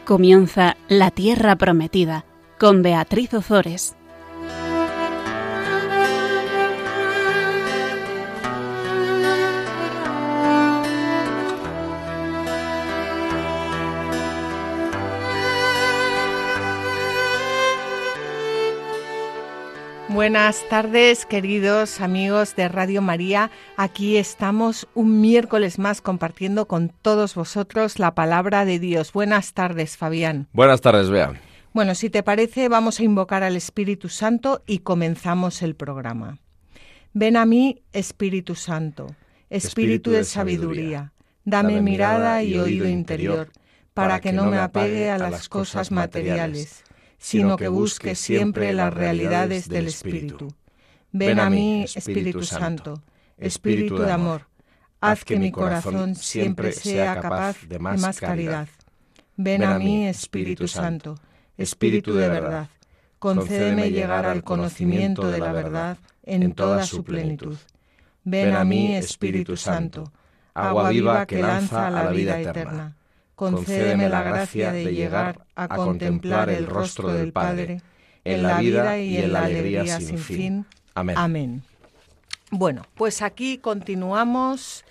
Comienza La Tierra Prometida con Beatriz Ozores. Buenas tardes, queridos amigos de Radio María. Aquí estamos un miércoles más compartiendo con todos vosotros la palabra de Dios. Buenas tardes, Fabián. Buenas tardes, Bea. Bueno, si te parece, vamos a invocar al Espíritu Santo y comenzamos el programa. Ven a mí, Espíritu Santo, Espíritu de sabiduría, dame mirada y oído interior, para que no me apegue a las cosas materiales, sino que busque siempre las realidades del Espíritu. Ven a mí, Espíritu Santo, Espíritu de amor, haz que mi corazón siempre sea capaz de más caridad. Ven a mí, Espíritu Santo, Espíritu de verdad, concédeme llegar al conocimiento de la verdad en toda su plenitud. Ven a mí, Espíritu Santo, agua viva que lanza a la vida eterna. Concédeme la gracia de llegar a contemplar el rostro del Padre en la vida y en la alegría sin fin. Amén. Amén. Bueno, pues aquí continuamos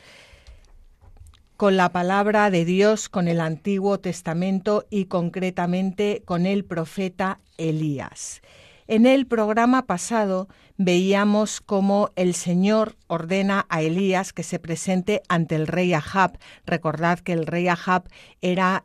con la palabra de Dios, con el Antiguo Testamento y concretamente con el profeta Elías. En el programa pasado veíamos cómo el Señor ordena a Elías que se presente ante el rey Ahab. Recordad que el rey Ahab era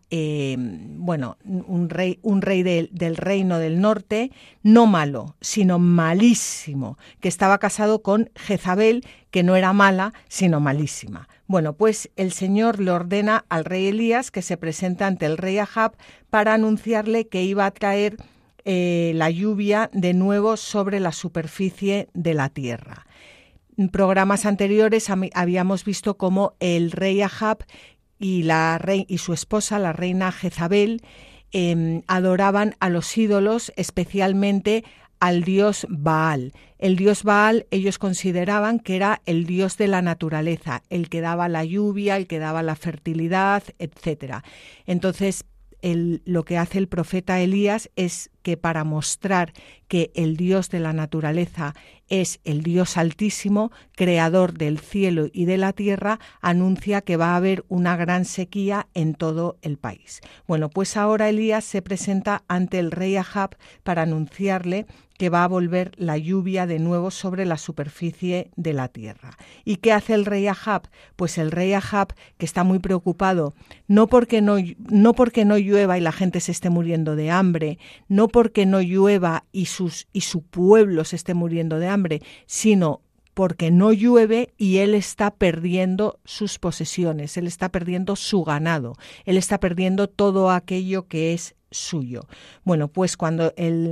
un rey del reino del norte, no malo, sino malísimo, que estaba casado con Jezabel, que no era mala, sino malísima. Bueno, pues el Señor le ordena al rey Elías que se presente ante el rey Ahab para anunciarle que iba a traer la lluvia de nuevo sobre la superficie de la tierra. En programas anteriores habíamos visto cómo el rey Ahab y su esposa, la reina Jezabel, adoraban a los ídolos, especialmente al dios Baal. El dios Baal ellos consideraban que era el dios de la naturaleza, el que daba la lluvia, el que daba la fertilidad, etc. Entonces, lo que hace el profeta Elías es que para mostrar que el Dios de la naturaleza es el Dios Altísimo, creador del cielo y de la tierra, anuncia que va a haber una gran sequía en todo el país. Bueno, pues ahora Elías se presenta ante el rey Ahab para anunciarle que va a volver la lluvia de nuevo sobre la superficie de la tierra. ¿Y qué hace el rey Ahab? Pues el rey Ahab, que está muy preocupado, no porque no llueva y la gente se esté muriendo de hambre, no porque no llueva y su pueblo se esté muriendo de hambre, sino porque no llueve y él está perdiendo sus posesiones, él está perdiendo su ganado, él está perdiendo todo aquello que es suyo. Bueno, pues cuando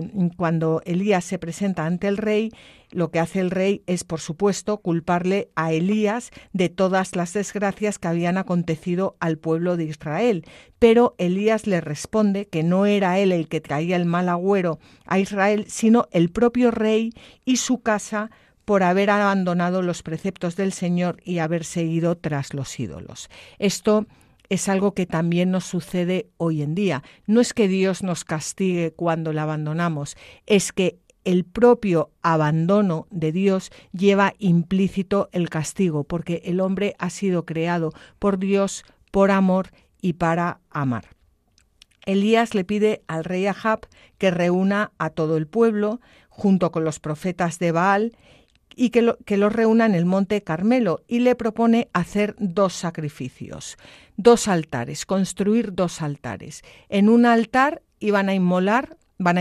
Elías se presenta ante el rey, lo que hace el rey es, por supuesto, culparle a Elías de todas las desgracias que habían acontecido al pueblo de Israel. Pero Elías le responde que no era él el que traía el mal agüero a Israel, sino el propio rey y su casa, por haber abandonado los preceptos del Señor y haberse ido tras los ídolos. Esto es algo que también nos sucede hoy en día. No es que Dios nos castigue cuando le abandonamos, es que el propio abandono de Dios lleva implícito el castigo, porque el hombre ha sido creado por Dios, por amor y para amar. Elías le pide al rey Ahab que reúna a todo el pueblo, junto con los profetas de Baal, y que los reúna en el monte Carmelo, y le propone hacer 2 sacrificios, 2 altares, construir 2 altares. En un altar van a inmolar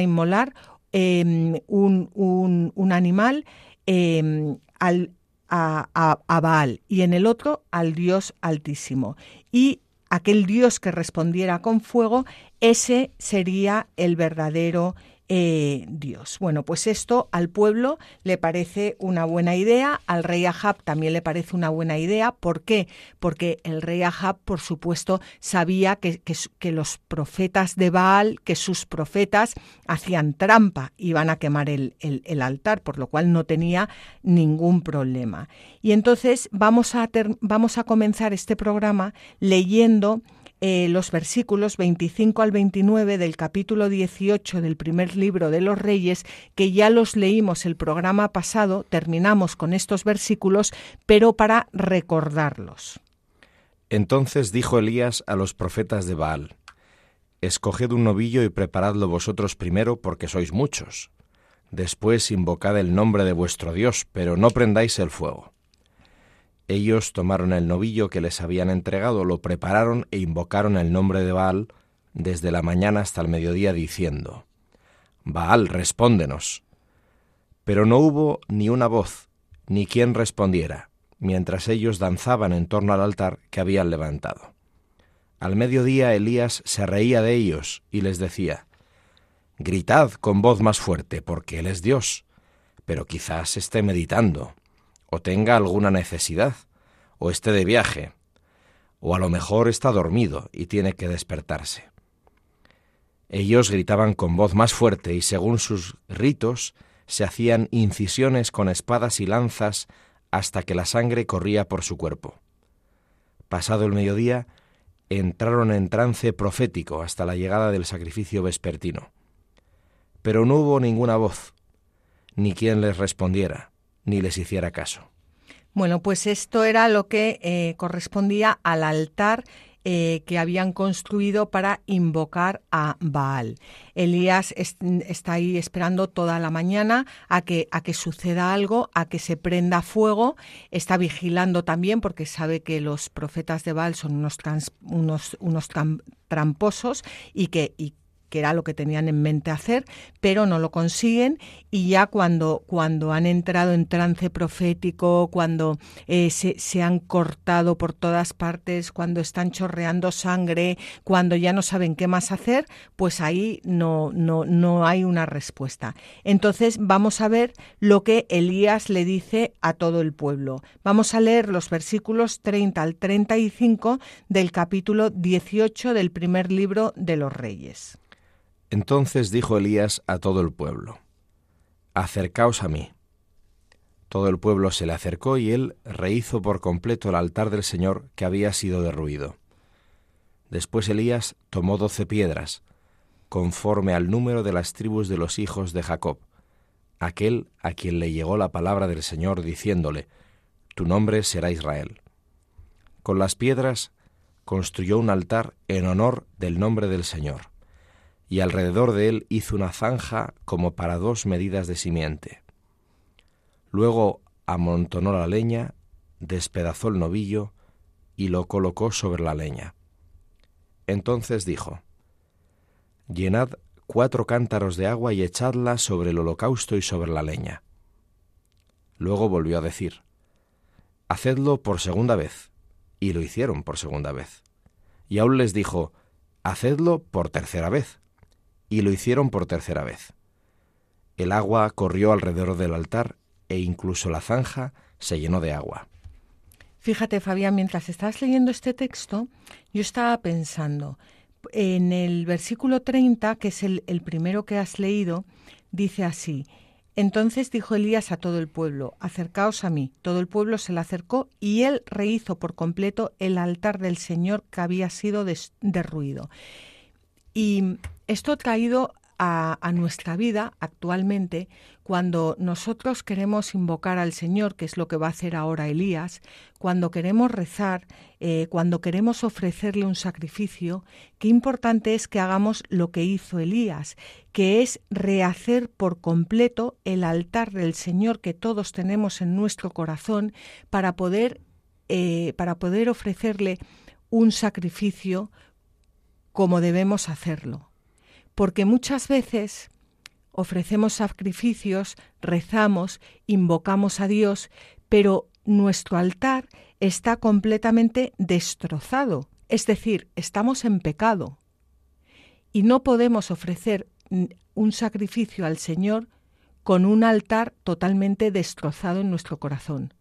un animal a Baal, y en el otro al Dios Altísimo. Y aquel Dios que respondiera con fuego, ese sería el verdadero Dios. Bueno, pues esto al pueblo le parece una buena idea, al rey Ahab también le parece una buena idea. ¿Por qué? Porque el rey Ahab, por supuesto, sabía que los profetas de Baal, que sus profetas hacían trampa, iban a quemar el altar, por lo cual no tenía ningún problema. Y entonces vamos a comenzar este programa leyendo los versículos 25 al 29 del capítulo 18 del primer libro de los Reyes, que ya los leímos el programa pasado. Terminamos con estos versículos, pero para recordarlos. Entonces dijo Elías a los profetas de Baal: escoged un novillo y preparadlo vosotros primero, porque sois muchos. Después invocad el nombre de vuestro Dios, pero no prendáis el fuego. Ellos tomaron el novillo que les habían entregado, lo prepararon e invocaron el nombre de Baal desde la mañana hasta el mediodía, diciendo: Baal, respóndenos. Pero no hubo ni una voz, ni quien respondiera, mientras ellos danzaban en torno al altar que habían levantado. Al mediodía Elías se reía de ellos y les decía: gritad con voz más fuerte, porque Él es Dios, pero quizás esté meditando, o tenga alguna necesidad, o esté de viaje, o a lo mejor está dormido y tiene que despertarse. Ellos gritaban con voz más fuerte y según sus ritos se hacían incisiones con espadas y lanzas hasta que la sangre corría por su cuerpo. Pasado el mediodía, entraron en trance profético hasta la llegada del sacrificio vespertino. Pero no hubo ninguna voz, ni quien les respondiera, ni les hiciera caso. Bueno, pues esto era lo que correspondía al altar que habían construido para invocar a Baal. Elías está ahí esperando toda la mañana a que suceda algo, a que se prenda fuego. Está vigilando también porque sabe que los profetas de Baal son unos tramposos y que era lo que tenían en mente hacer, pero no lo consiguen, y ya cuando han entrado en trance profético, cuando se han cortado por todas partes, cuando están chorreando sangre, cuando ya no saben qué más hacer, pues ahí no hay una respuesta. Entonces vamos a ver lo que Elías le dice a todo el pueblo. Vamos a leer los versículos 30 al 35 del capítulo 18 del primer libro de los Reyes. Entonces dijo Elías a todo el pueblo: acercaos a mí. Todo el pueblo se le acercó y él rehizo por completo el altar del Señor que había sido derruido. Después Elías tomó 12 piedras, conforme al número de las tribus de los hijos de Jacob, aquel a quien le llegó la palabra del Señor diciéndole: tu nombre será Israel. Con las piedras construyó un altar en honor del nombre del Señor, y alrededor de él hizo una zanja como para 2 medidas de simiente. Luego amontonó la leña, despedazó el novillo y lo colocó sobre la leña. Entonces dijo: llenad 4 cántaros de agua y echadla sobre el holocausto y sobre la leña. Luego volvió a decir: hacedlo por segunda vez, y lo hicieron por segunda vez. Y aún les dijo: hacedlo por tercera vez, y lo hicieron por tercera vez. El agua corrió alrededor del altar e incluso la zanja se llenó de agua. Fíjate, Fabián, mientras estás leyendo este texto, yo estaba pensando, en el versículo 30, que es el primero que has leído, dice así: entonces dijo Elías a todo el pueblo: acercaos a mí. Todo el pueblo se le acercó y él rehizo por completo el altar del Señor que había sido derruido. Y esto traído a nuestra vida actualmente, cuando nosotros queremos invocar al Señor, que es lo que va a hacer ahora Elías, cuando queremos rezar, cuando queremos ofrecerle un sacrificio, qué importante es que hagamos lo que hizo Elías, que es rehacer por completo el altar del Señor que todos tenemos en nuestro corazón para poder ofrecerle un sacrificio como debemos hacerlo. Porque muchas veces ofrecemos sacrificios, rezamos, invocamos a Dios, pero nuestro altar está completamente destrozado, es decir, estamos en pecado. Y no podemos ofrecer un sacrificio al Señor con un altar totalmente destrozado en nuestro corazón.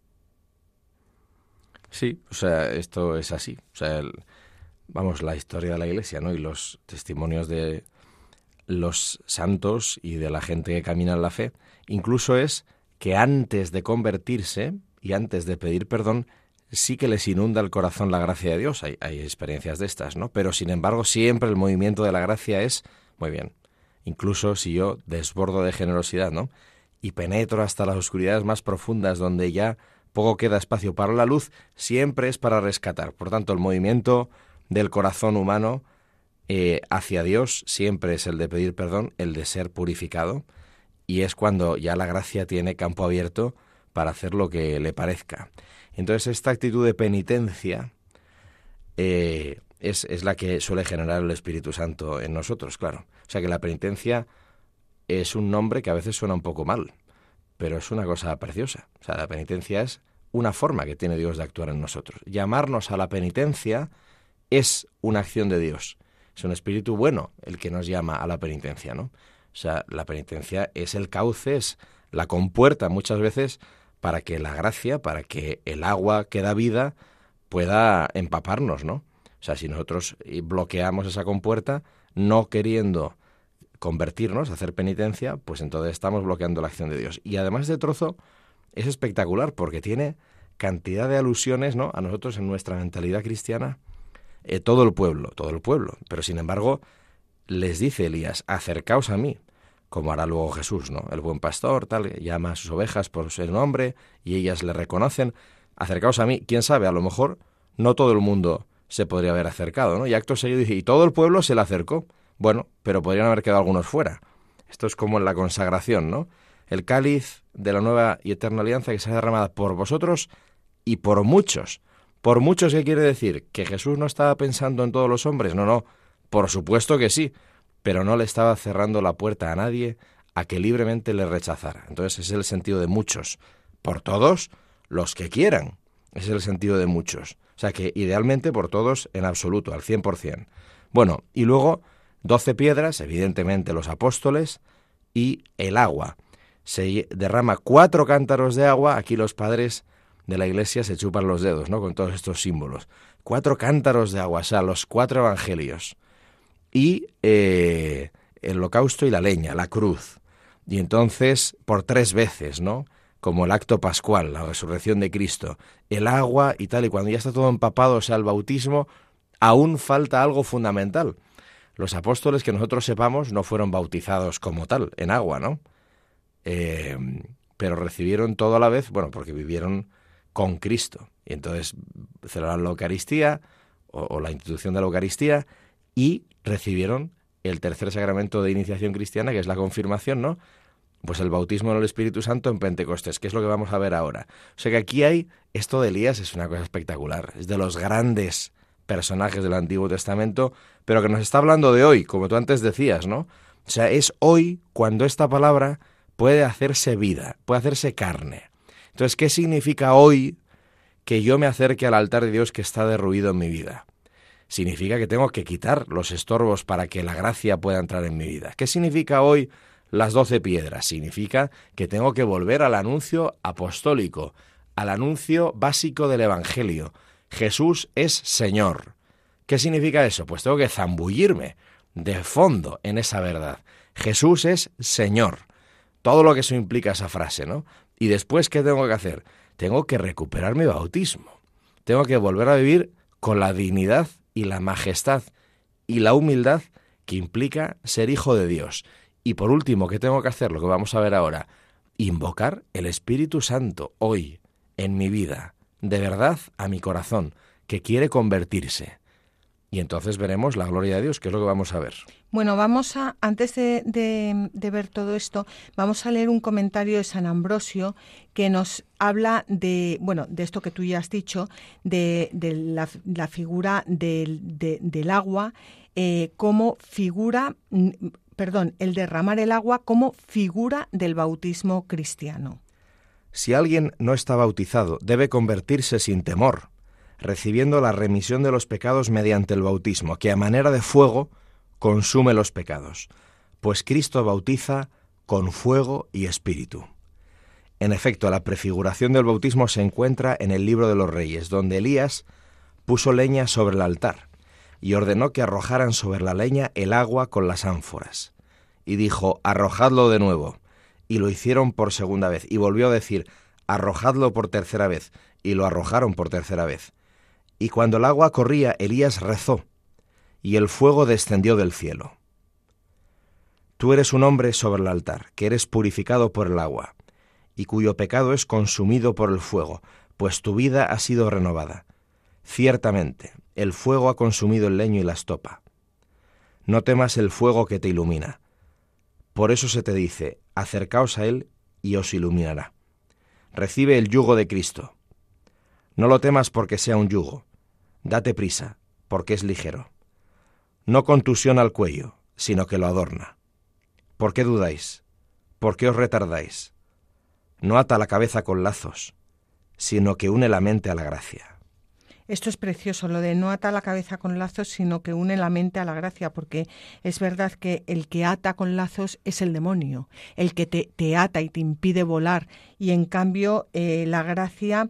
Sí, o sea, esto es así. O sea, la historia de la Iglesia, ¿no? Y los testimonios de los santos y de la gente que camina en la fe, incluso es que antes de convertirse y antes de pedir perdón, sí que les inunda el corazón la gracia de Dios, hay experiencias de estas, ¿no? Pero sin embargo siempre el movimiento de la gracia es, muy bien, incluso si yo desbordo de generosidad, ¿no? Y penetro hasta las oscuridades más profundas donde ya poco queda espacio para la luz, siempre es para rescatar. Por tanto, el movimiento del corazón humano hacia Dios siempre es el de pedir perdón, el de ser purificado, y es cuando ya la gracia tiene campo abierto para hacer lo que le parezca. Entonces, esta actitud de penitencia es la que suele generar el Espíritu Santo en nosotros, claro. O sea que la penitencia es un nombre que a veces suena un poco mal, pero es una cosa preciosa. O sea, la penitencia es una forma que tiene Dios de actuar en nosotros. Llamarnos a la penitencia es una acción de Dios. Es un espíritu bueno el que nos llama a la penitencia, ¿no? O sea, la penitencia es el cauce, es la compuerta muchas veces para que la gracia, para que el agua que da vida pueda empaparnos, ¿no? O sea, si nosotros bloqueamos esa compuerta, no queriendo convertirnos, hacer penitencia, pues entonces estamos bloqueando la acción de Dios. Y además este trozo es espectacular porque tiene cantidad de alusiones, ¿no?, a nosotros en nuestra mentalidad cristiana, todo el pueblo, pero sin embargo les dice Elías, acercaos a mí, como hará luego Jesús, ¿no? El buen pastor, tal, llama a sus ovejas por su nombre y ellas le reconocen, acercaos a mí. Quién sabe, a lo mejor no todo el mundo se podría haber acercado, ¿no? Y acto seguido dice, y todo el pueblo se le acercó. Bueno, pero podrían haber quedado algunos fuera. Esto es como en la consagración, ¿no? El cáliz de la nueva y eterna alianza que será derramada por vosotros y por muchos. ¿Por muchos qué quiere decir? ¿Que Jesús no estaba pensando en todos los hombres? No, por supuesto que sí, pero no le estaba cerrando la puerta a nadie a que libremente le rechazara. Entonces es el sentido de muchos. Por todos los que quieran. Ese es el sentido de muchos. O sea que idealmente por todos en absoluto, al 100%. Bueno, y luego 12 piedras, evidentemente los apóstoles, y el agua. Se derrama 4 cántaros de agua. Aquí los padres de la Iglesia se chupan los dedos, ¿no?, con todos estos símbolos. 4 cántaros de agua, o sea, los 4 evangelios. Y el holocausto y la leña, la cruz. Y entonces, por 3 veces, ¿no?, como el acto pascual, la resurrección de Cristo, el agua y tal, y cuando ya está todo empapado, o sea, el bautismo, aún falta algo fundamental. Los apóstoles, que nosotros sepamos, no fueron bautizados como tal, en agua, ¿no? Pero recibieron todo a la vez, bueno, porque vivieron con Cristo. Y entonces celebraron la Eucaristía, o la institución de la Eucaristía, y recibieron el tercer sacramento de iniciación cristiana, que es la confirmación, ¿no? Pues el bautismo en el Espíritu Santo en Pentecostés, que es lo que vamos a ver ahora. O sea que aquí hay, esto de Elías es una cosa espectacular, es de los grandes personajes del Antiguo Testamento, pero que nos está hablando de hoy, como tú antes decías, ¿no? O sea, es hoy cuando esta palabra puede hacerse vida, puede hacerse carne. Entonces, ¿qué significa hoy que yo me acerque al altar de Dios que está derruido en mi vida? Significa que tengo que quitar los estorbos para que la gracia pueda entrar en mi vida. ¿Qué significa hoy las 12 piedras? Significa que tengo que volver al anuncio apostólico, al anuncio básico del Evangelio. Jesús es Señor. ¿Qué significa eso? Pues tengo que zambullirme de fondo en esa verdad. Jesús es Señor. Todo lo que eso implica esa frase, ¿no? Y después, ¿qué tengo que hacer? Tengo que recuperar mi bautismo. Tengo que volver a vivir con la dignidad y la majestad y la humildad que implica ser hijo de Dios. Y por último, ¿qué tengo que hacer? Lo que vamos a ver ahora. Invocar el Espíritu Santo hoy en mi vida, de verdad a mi corazón, que quiere convertirse. Y entonces veremos la gloria de Dios, que es lo que vamos a ver. Bueno, vamos a, antes de ver todo esto, vamos a leer un comentario de San Ambrosio que nos habla de, bueno, de esto que tú ya has dicho, de la figura del agua como figura, el derramar el agua como figura del bautismo cristiano. Si alguien no está bautizado, debe convertirse sin temor, recibiendo la remisión de los pecados mediante el bautismo, que a manera de fuego consume los pecados, pues Cristo bautiza con fuego y espíritu. En efecto, la prefiguración del bautismo se encuentra en el Libro de los Reyes, donde Elías puso leña sobre el altar y ordenó que arrojaran sobre la leña el agua con las ánforas. Y dijo, arrojadlo de nuevo. Y lo hicieron por segunda vez. Y volvió a decir, arrojadlo por tercera vez. y lo arrojaron por tercera vez. Y cuando el agua corría, Elías rezó, y el fuego descendió del cielo. Tú eres un hombre sobre el altar, que eres purificado por el agua, y cuyo pecado es consumido por el fuego, pues tu vida ha sido renovada. Ciertamente, el fuego ha consumido el leño y la estopa. No temas el fuego que te ilumina. Por eso se te dice, acercaos a él y os iluminará. Recibe el yugo de Cristo. No lo temas porque sea un yugo. Date prisa, porque es ligero. No contusiona al cuello, sino que lo adorna. ¿Por qué dudáis? ¿Por qué os retardáis? No ata la cabeza con lazos, sino que une la mente a la gracia. Esto es precioso, lo de no ata la cabeza con lazos, sino que une la mente a la gracia, porque es verdad que el que ata con lazos es el demonio, el que te ata y te impide volar, y en cambio la gracia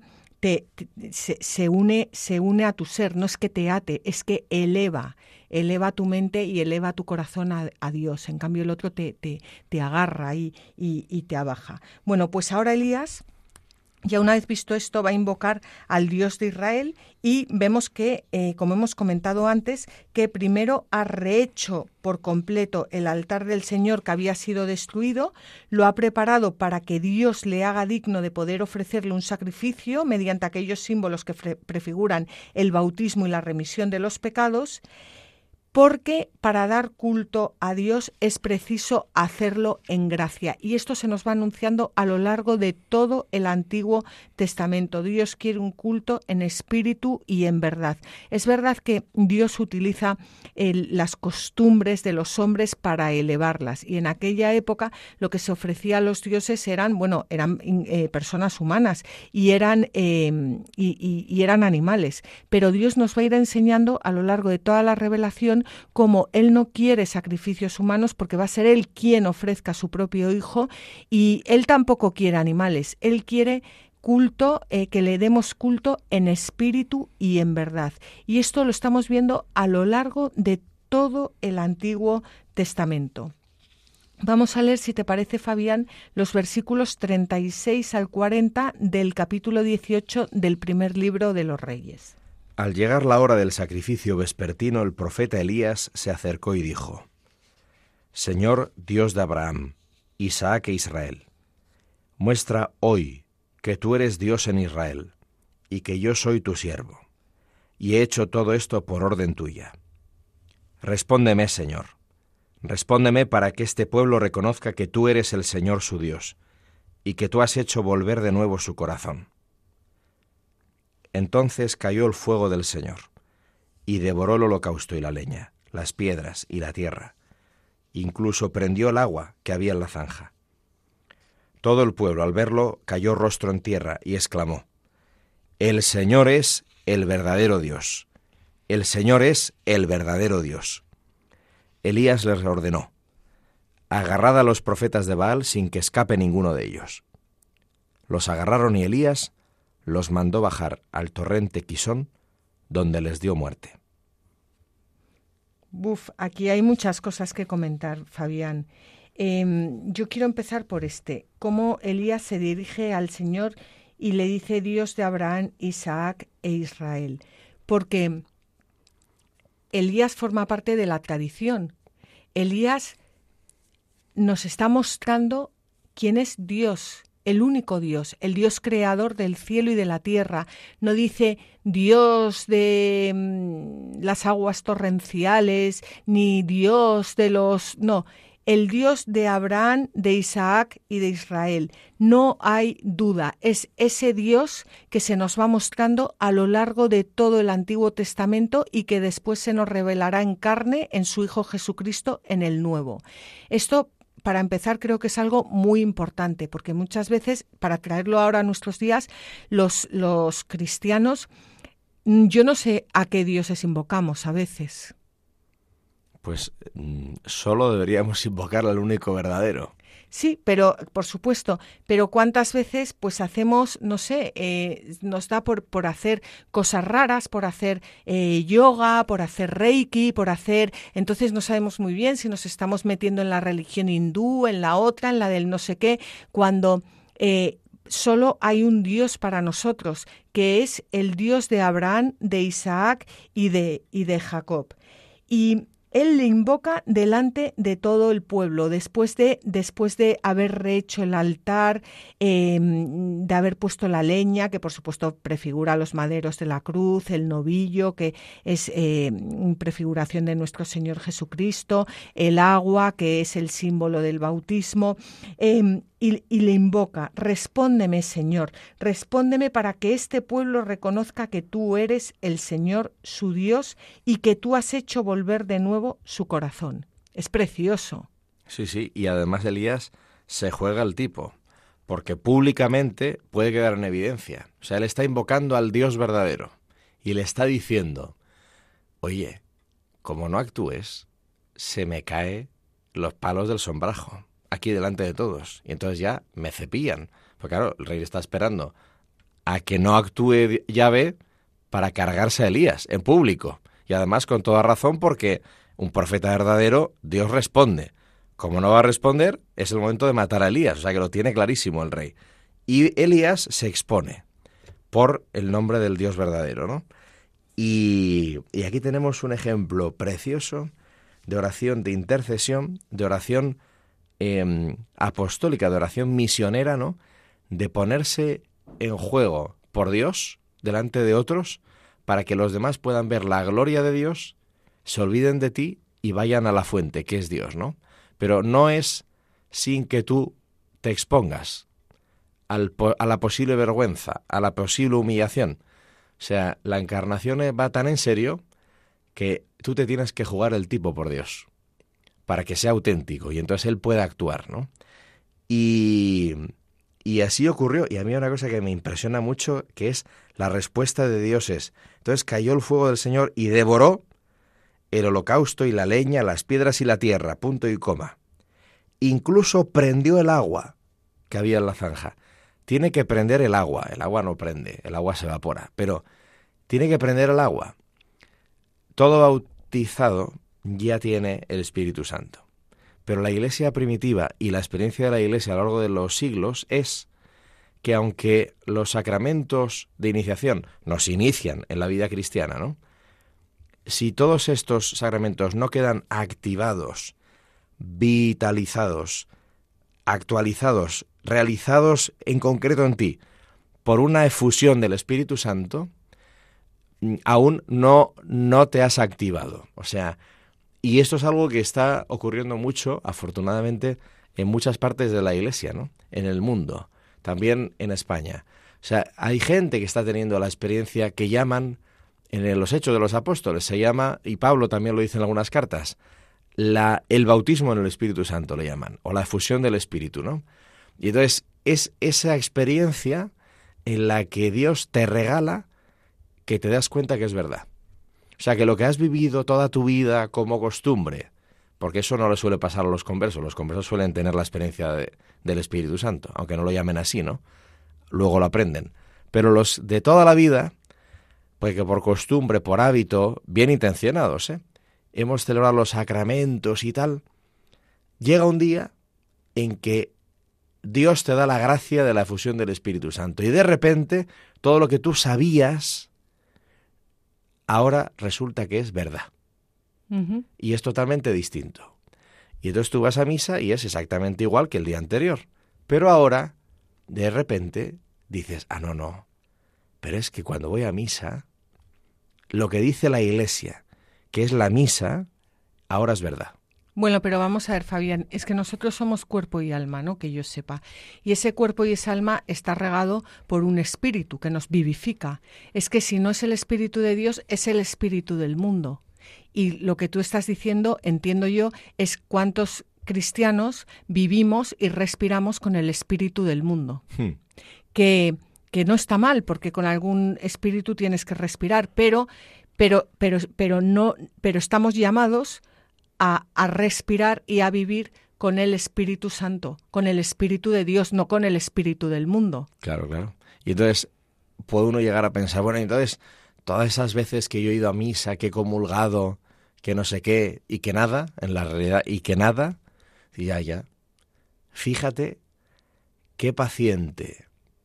se une a tu ser, no es que te ate, es que eleva tu mente y eleva tu corazón a Dios. En cambio el otro te agarra y te abaja. Bueno, pues ahora Elías, ya una vez visto esto, va a invocar al Dios de Israel y vemos que, como hemos comentado antes, que primero ha rehecho por completo el altar del Señor que había sido destruido, lo ha preparado para que Dios le haga digno de poder ofrecerle un sacrificio mediante aquellos símbolos que prefiguran el bautismo y la remisión de los pecados, porque para dar culto a Dios es preciso hacerlo en gracia. Y esto se nos va anunciando a lo largo de todo el Antiguo Testamento. Dios quiere un culto en espíritu y en verdad. Es verdad que Dios utiliza las costumbres de los hombres para elevarlas. Y en aquella época lo que se ofrecía a los dioses eran personas humanas y eran animales. Pero Dios nos va a ir enseñando a lo largo de toda la revelación como Él no quiere sacrificios humanos, porque va a ser Él quien ofrezca a su propio Hijo, y Él tampoco quiere animales. Él quiere culto, que le demos culto en espíritu y en verdad. Y esto lo estamos viendo a lo largo de todo el Antiguo Testamento. Vamos a leer, si te parece, Fabián, los versículos 36 al 40 del capítulo 18 del primer libro de los Reyes. Al llegar la hora del sacrificio vespertino, el profeta Elías se acercó y dijo: Señor Dios de Abraham, Isaac e Israel, muestra hoy que tú eres Dios en Israel, y que yo soy tu siervo, y he hecho todo esto por orden tuya. Respóndeme, Señor, respóndeme para que este pueblo reconozca que tú eres el Señor su Dios, y que tú has hecho volver de nuevo su corazón. Entonces cayó el fuego del Señor, y devoró el holocausto y la leña, las piedras y la tierra. Incluso prendió el agua que había en la zanja. Todo el pueblo, al verlo, cayó rostro en tierra y exclamó: El Señor es el verdadero Dios. El Señor es el verdadero Dios. Elías les ordenó: Agarrad a los profetas de Baal sin que escape ninguno de ellos. Los agarraron y Elías los mandó bajar al torrente Quisón, donde les dio muerte. Aquí hay muchas cosas que comentar, Fabián. Yo quiero empezar por cómo Elías se dirige al Señor y le dice Dios de Abraham, Isaac e Israel, porque Elías forma parte de la tradición. Elías nos está mostrando quién es Dios, el único Dios, el Dios creador del cielo y de la tierra. No dice Dios de las aguas torrenciales, ni Dios de los... No, el Dios de Abraham, de Isaac y de Israel. No hay duda, es ese Dios que se nos va mostrando a lo largo de todo el Antiguo Testamento y que después se nos revelará en carne en su Hijo Jesucristo en el Nuevo. Esto, para empezar, creo que es algo muy importante, porque muchas veces, para traerlo ahora a nuestros días, los cristianos, yo no sé a qué dioses invocamos a veces. Pues solo deberíamos invocar al único verdadero. Sí, pero por supuesto, pero ¿cuántas veces pues hacemos, no sé, nos da por hacer cosas raras, por hacer yoga, por hacer reiki, entonces no sabemos muy bien si nos estamos metiendo en la religión hindú, en la otra, en la del no sé qué, cuando solo hay un Dios para nosotros, que es el Dios de Abraham, de Isaac y de Jacob. Y él le invoca delante de todo el pueblo, después de haber rehecho el altar, de haber puesto la leña, que por supuesto prefigura los maderos de la cruz, el novillo, que es prefiguración de nuestro Señor Jesucristo, el agua, que es el símbolo del bautismo, y le invoca: respóndeme, Señor, respóndeme para que este pueblo reconozca que tú eres el Señor, su Dios, y que tú has hecho volver de nuevo su corazón. Es precioso. Sí, y además Elías se juega el tipo, porque públicamente puede quedar en evidencia. O sea, él está invocando al Dios verdadero y le está diciendo: oye, como no actúes, se me caen los palos del sombrajo aquí delante de todos. Y entonces ya me cepillan. Porque claro, el rey está esperando a que no actúe Yahvé para cargarse a Elías en público. Y además con toda razón, porque un profeta verdadero, Dios responde. Como no va a responder, es el momento de matar a Elías. O sea que lo tiene clarísimo el rey. Y Elías se expone por el nombre del Dios verdadero, ¿no? Y aquí tenemos un ejemplo precioso de oración, de intercesión, de oración apostólica, de oración misionera, ¿no? De ponerse en juego por Dios delante de otros para que los demás puedan ver la gloria de Dios, se olviden de ti y vayan a la fuente, que es Dios, ¿no? Pero no es sin que tú te expongas a la posible vergüenza, a la posible humillación. O sea, la encarnación va tan en serio que tú te tienes que jugar el tipo por Dios, para que sea auténtico y entonces él pueda actuar, ¿no? Y así ocurrió. Y a mí una cosa que me impresiona mucho, que es la respuesta de Dios es: entonces cayó el fuego del Señor y devoró el holocausto y la leña, las piedras y la tierra, punto y coma. Incluso prendió el agua que había en la zanja. Tiene que prender el agua no prende, el agua se evapora, pero tiene que prender el agua. Todo bautizado ya tiene el Espíritu Santo. Pero la Iglesia primitiva y la experiencia de la Iglesia a lo largo de los siglos es que aunque los sacramentos de iniciación nos inician en la vida cristiana, ¿no? Si todos estos sacramentos no quedan activados, vitalizados, actualizados, realizados en concreto en ti por una efusión del Espíritu Santo, aún no te has activado. O sea, y esto es algo que está ocurriendo mucho, afortunadamente, en muchas partes de la Iglesia, ¿no? En el mundo, también en España. O sea, hay gente que está teniendo la experiencia que llaman, en los Hechos de los Apóstoles, se llama, y Pablo también lo dice en algunas cartas, el bautismo en el Espíritu Santo le llaman, o la efusión del Espíritu, ¿no? Y entonces es esa experiencia en la que Dios te regala que te das cuenta que es verdad. O sea, que lo que has vivido toda tu vida como costumbre, porque eso no le suele pasar a los conversos suelen tener la experiencia del Espíritu Santo, aunque no lo llamen así, ¿no? Luego lo aprenden. Pero los de toda la vida, pues que por costumbre, por hábito, bien intencionados, hemos celebrado los sacramentos y tal, llega un día en que Dios te da la gracia de la efusión del Espíritu Santo y de repente todo lo que tú sabías ahora resulta que es verdad. Uh-huh. Y es totalmente distinto. Y entonces tú vas a misa y es exactamente igual que el día anterior. Pero ahora, de repente, dices, no, pero es que cuando voy a misa, lo que dice la Iglesia, que es la misa, ahora es verdad. Bueno, pero vamos a ver, Fabián, es que nosotros somos cuerpo y alma, ¿no? Que yo sepa. Y ese cuerpo y esa alma está regado por un espíritu que nos vivifica. Es que si no es el Espíritu de Dios, es el espíritu del mundo. Y lo que tú estás diciendo, entiendo yo, es cuántos cristianos vivimos y respiramos con el espíritu del mundo. Que no está mal, porque con algún espíritu tienes que respirar, pero estamos llamados a respirar y a vivir con el Espíritu Santo, con el Espíritu de Dios, no con el espíritu del mundo. Claro. Y entonces puede uno llegar a pensar, bueno, entonces todas esas veces que yo he ido a misa, que he comulgado, que no sé qué, y que nada, en la realidad, y que nada, y ya. Fíjate qué paciente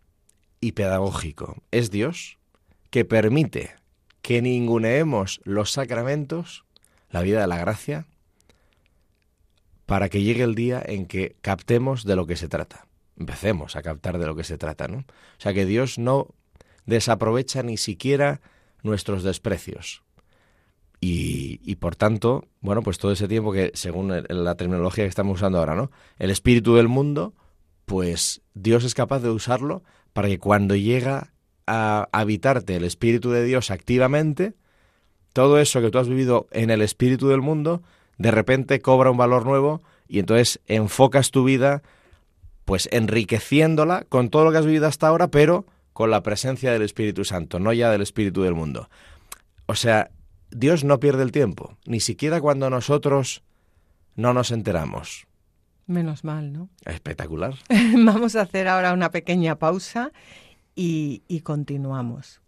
y pedagógico. Es Dios que permite que ninguneemos los sacramentos, la vida de la gracia, para que llegue el día en que captemos de lo que se trata. Empecemos a captar de lo que se trata, ¿no? O sea, que Dios no desaprovecha ni siquiera nuestros desprecios. Y por tanto, bueno, pues todo ese tiempo que, según la terminología que estamos usando ahora, ¿no? El espíritu del mundo, pues Dios es capaz de usarlo para que cuando llega a habitarte el espíritu de Dios activamente, todo eso que tú has vivido en el espíritu del mundo, de repente cobra un valor nuevo y entonces enfocas tu vida pues enriqueciéndola con todo lo que has vivido hasta ahora, pero con la presencia del Espíritu Santo, no ya del espíritu del mundo. O sea, Dios no pierde el tiempo, ni siquiera cuando nosotros no nos enteramos. Menos mal, ¿no? Espectacular. Vamos a hacer ahora una pequeña pausa y continuamos.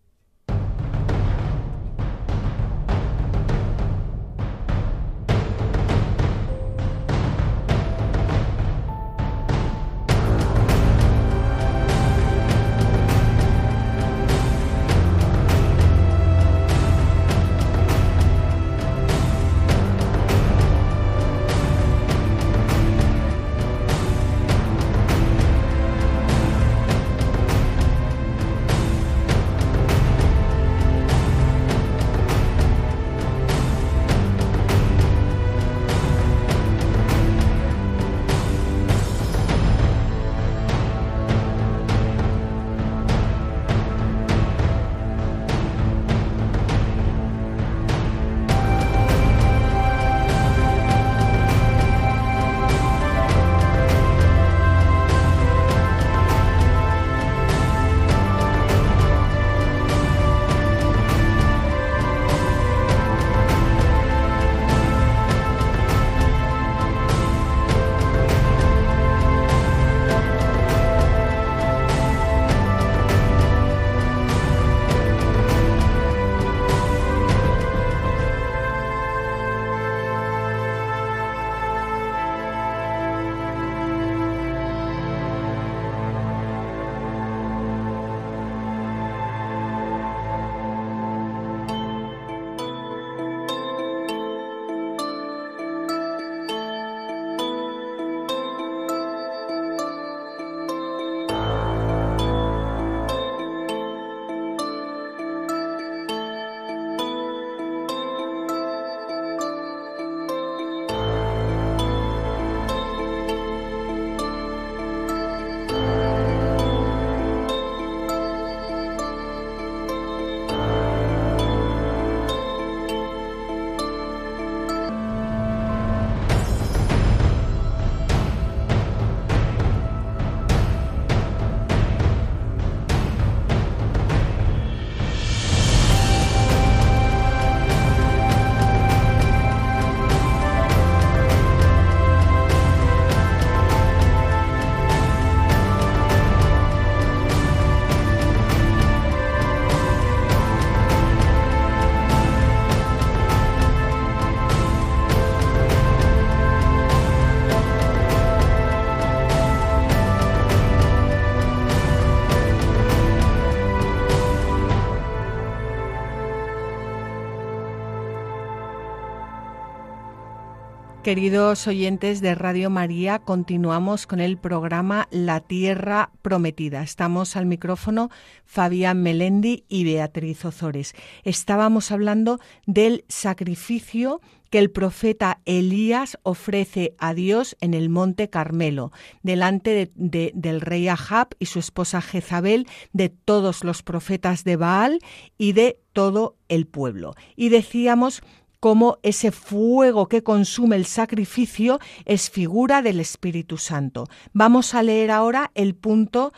Queridos oyentes de Radio María, continuamos con el programa La Tierra Prometida. Estamos al micrófono Fabián Melendi y Beatriz Ozores. Estábamos hablando del sacrificio que el profeta Elías ofrece a Dios en el Monte Carmelo, delante del rey Ahab y su esposa Jezabel, de todos los profetas de Baal y de todo el pueblo. Y decíamos cómo ese fuego que consume el sacrificio es figura del Espíritu Santo. Vamos a leer ahora el punto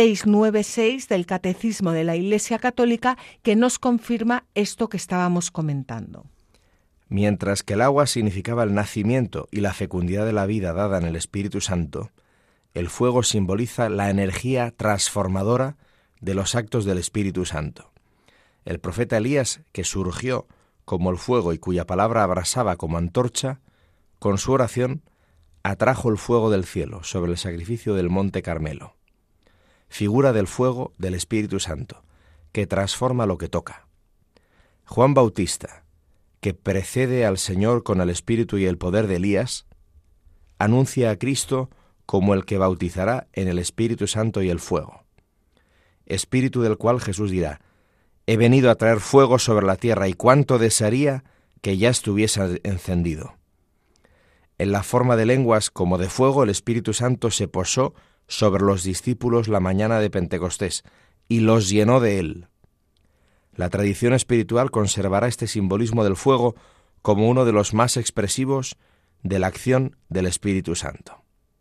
696 del Catecismo de la Iglesia Católica, que nos confirma esto que estábamos comentando. Mientras que el agua significaba el nacimiento y la fecundidad de la vida dada en el Espíritu Santo, el fuego simboliza la energía transformadora de los actos del Espíritu Santo. El profeta Elías, que surgió como el fuego y cuya palabra abrasaba como antorcha, con su oración atrajo el fuego del cielo sobre el sacrificio del Monte Carmelo. figura del fuego del Espíritu Santo, que transforma lo que toca. Juan Bautista, que precede al Señor con el espíritu y el poder de Elías, anuncia a Cristo como el que bautizará en el Espíritu Santo y el fuego. Espíritu del cual Jesús dirá: he venido a traer fuego sobre la tierra, y cuánto desearía que ya estuviese encendido. En la forma de lenguas como de fuego, el Espíritu Santo se posó sobre los discípulos la mañana de Pentecostés y los llenó de él. La tradición espiritual conservará este simbolismo del fuego como uno de los más expresivos de la acción del Espíritu Santo.